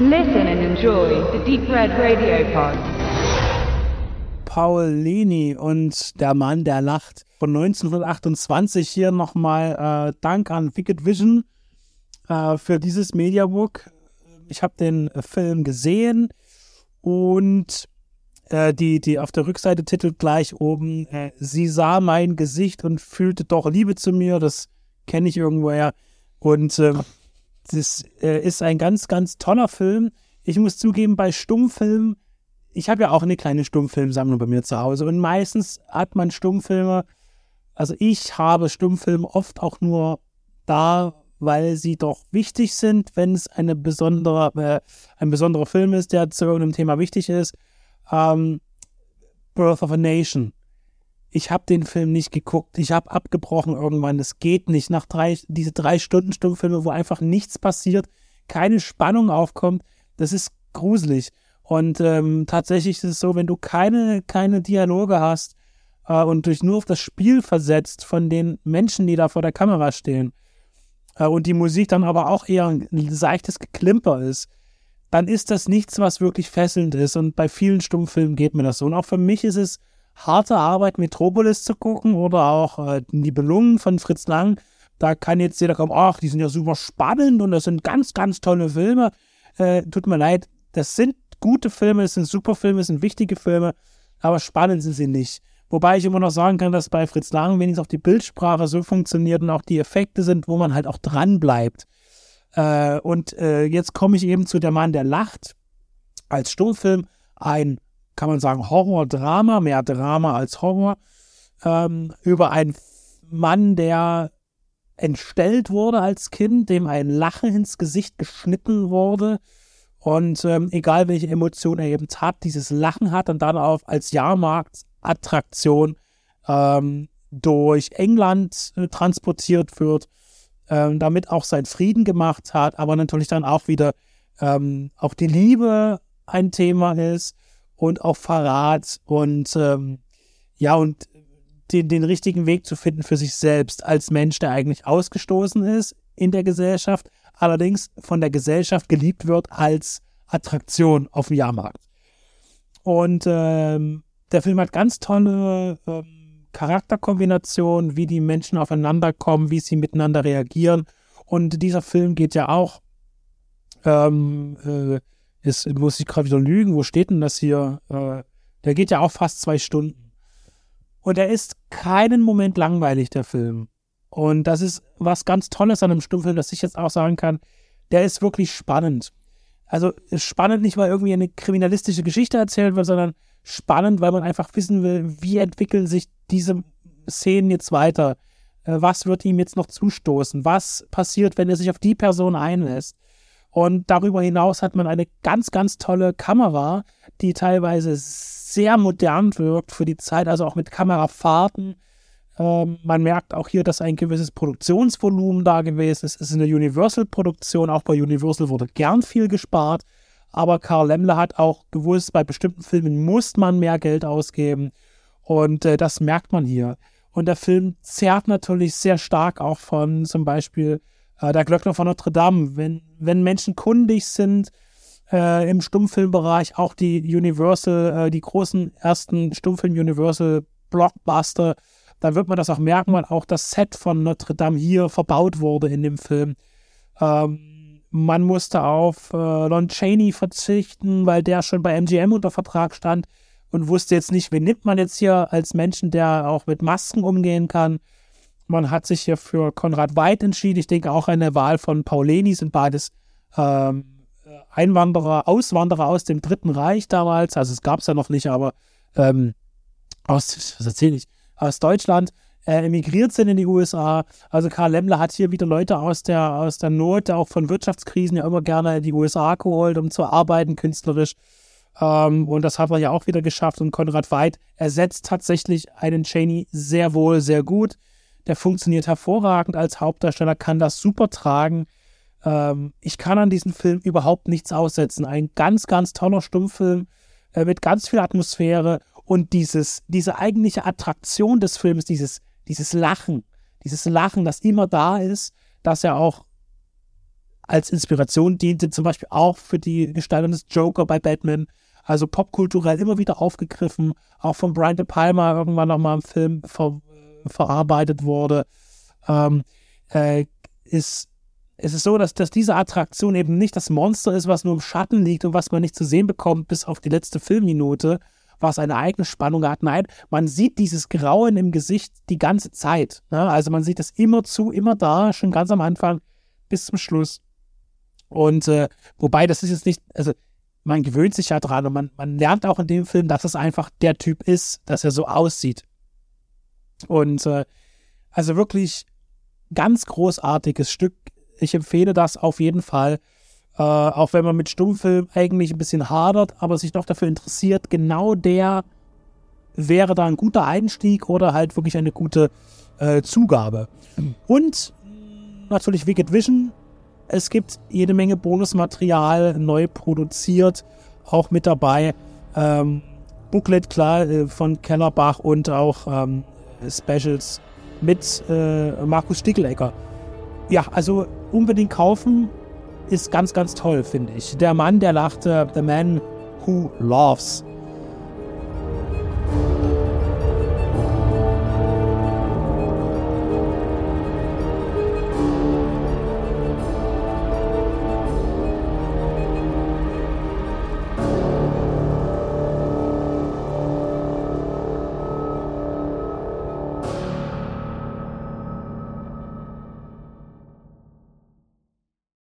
Listen and enjoy the Deep Red Radio Pod. Paulini und der Mann, der lacht. Von 1928 hier nochmal Dank an Wicked Vision für dieses Mediabook. Ich habe den Film gesehen und die auf der Rückseite titelt gleich oben, sie sah mein Gesicht und fühlte doch Liebe zu mir. Das kenne ich irgendwoher. Und das ist ein ganz, ganz toller Film. Ich muss zugeben, bei Stummfilmen, ich habe ja auch eine kleine Stummfilmsammlung bei mir zu Hause und meistens hat man Stummfilme, also ich habe Stummfilme oft auch nur da, weil sie doch wichtig sind, wenn es ein besonderer Film ist, der zu irgendeinem Thema wichtig ist. Birth of a Nation. Ich habe den Film nicht geguckt. Ich habe abgebrochen irgendwann. Das geht nicht. Nach diese 3 Stunden Stummfilme, wo einfach nichts passiert, keine Spannung aufkommt, das ist gruselig. Und tatsächlich ist es so, wenn du keine Dialoge hast und dich nur auf das Spiel versetzt von den Menschen, die da vor der Kamera stehen und die Musik dann aber auch eher ein seichtes Geklimper ist, dann ist das nichts, was wirklich fesselnd ist. Und bei vielen Stummfilmen geht mir das so. Und auch für mich ist es harte Arbeit, Metropolis zu gucken oder auch Nibelungen von Fritz Lang. Da kann jetzt jeder kommen, ach, die sind ja super spannend und das sind ganz, ganz tolle Filme. Tut mir leid, das sind gute Filme, es sind super Filme, es sind wichtige Filme, aber spannend sind sie nicht. Wobei ich immer noch sagen kann, dass bei Fritz Lang wenigstens auch die Bildsprache so funktioniert und auch die Effekte sind, wo man halt auch dran bleibt. Jetzt komme ich eben zu Der Mann, der lacht. Als Stummfilm ein, kann man sagen, Horror-Drama, mehr Drama als Horror, über einen Mann, der entstellt wurde als Kind, dem ein Lachen ins Gesicht geschnitten wurde und egal welche Emotion er eben hat, dieses Lachen hat und dann auch als Jahrmarktsattraktion durch England transportiert wird, damit auch sein Frieden gemacht hat, aber natürlich dann auch wieder auch die Liebe ein Thema ist und auch Verrat und den richtigen Weg zu finden für sich selbst als Mensch, der eigentlich ausgestoßen ist in der Gesellschaft, allerdings von der Gesellschaft geliebt wird als Attraktion auf dem Jahrmarkt. Und der Film hat ganz tolle Charakterkombinationen, wie die Menschen aufeinander kommen, wie sie miteinander reagieren. Und dieser Film geht ja auch, jetzt muss ich gerade wieder lügen, wo steht denn das hier? Der geht ja auch fast 2 Stunden. Und er ist keinen Moment langweilig, der Film. Und das ist was ganz Tolles an einem Stummfilm, dass ich jetzt auch sagen kann, der ist wirklich spannend. Also ist spannend nicht, weil irgendwie eine kriminalistische Geschichte erzählt wird, sondern spannend, weil man einfach wissen will, wie entwickeln sich diese Szenen jetzt weiter? Was wird ihm jetzt noch zustoßen? Was passiert, wenn er sich auf die Person einlässt? Und darüber hinaus hat man eine ganz, ganz tolle Kamera, die teilweise sehr modern wirkt für die Zeit, also auch mit Kamerafahrten. Man merkt auch hier, dass ein gewisses Produktionsvolumen da gewesen ist. Es ist eine Universal-Produktion, auch bei Universal wurde gern viel gespart, aber Karl Laemmle hat auch gewusst, bei bestimmten Filmen muss man mehr Geld ausgeben und das merkt man hier. Und der Film zerrt natürlich sehr stark auch von zum Beispiel Der Glöckner von Notre Dame. Wenn Menschen kundig sind im Stummfilmbereich, auch die Universal, die großen ersten Stummfilm-Universal-Blockbuster, dann wird man das auch merken, weil auch das Set von Notre Dame hier verbaut wurde in dem Film. Man musste auf Lon Chaney verzichten, weil der schon bei MGM unter Vertrag stand und wusste jetzt nicht, wen nimmt man jetzt hier als Menschen, der auch mit Masken umgehen kann. Man hat sich hier für Conrad Veidt entschieden. Ich denke auch eine Wahl von Paulini, sind beides Auswanderer aus dem Dritten Reich damals. Also es gab es ja noch nicht, aber aus Deutschland emigriert sind in die USA. Also Karl Laemmle hat hier wieder Leute aus der Not, auch von Wirtschaftskrisen ja immer gerne in die USA geholt, um zu arbeiten künstlerisch. Und das hat er ja auch wieder geschafft. Und Conrad Veidt ersetzt tatsächlich einen Chaney sehr wohl, sehr gut. Der funktioniert hervorragend als Hauptdarsteller, kann das super tragen. Ich kann an diesem Film überhaupt nichts aussetzen. Ein ganz, ganz toller Stummfilm mit ganz viel Atmosphäre und diese eigentliche Attraktion des Films, dieses Lachen, das immer da ist, dass er auch als Inspiration diente, zum Beispiel auch für die Gestaltung des Joker bei Batman. Also popkulturell immer wieder aufgegriffen, auch von Brian De Palma irgendwann nochmal im Film verarbeitet wurde. Es ist so, dass diese Attraktion eben nicht das Monster ist, was nur im Schatten liegt und was man nicht zu sehen bekommt bis auf die letzte Filmminute, was eine eigene Spannung hat. Nein, man sieht dieses Grauen im Gesicht die ganze Zeit. Ne? Also man sieht es immer da, schon ganz am Anfang bis zum Schluss. Und wobei, das ist jetzt nicht, also man gewöhnt sich ja dran und man lernt auch in dem Film, dass es einfach der Typ ist, dass er so aussieht. Und also wirklich ganz großartiges Stück. Ich empfehle das auf jeden Fall, auch wenn man mit Stummfilm eigentlich ein bisschen hadert, aber sich doch dafür interessiert, genau der wäre da ein guter Einstieg oder halt wirklich eine gute Zugabe. Und natürlich Wicked Vision. Es gibt jede Menge Bonusmaterial, neu produziert, auch mit dabei. Booklet, klar, von Kellerbach und auch Specials mit Markus Stiegelecker. Ja, also unbedingt kaufen, ist ganz, ganz toll, finde ich. Der Mann, der lachte, The Man Who Loves.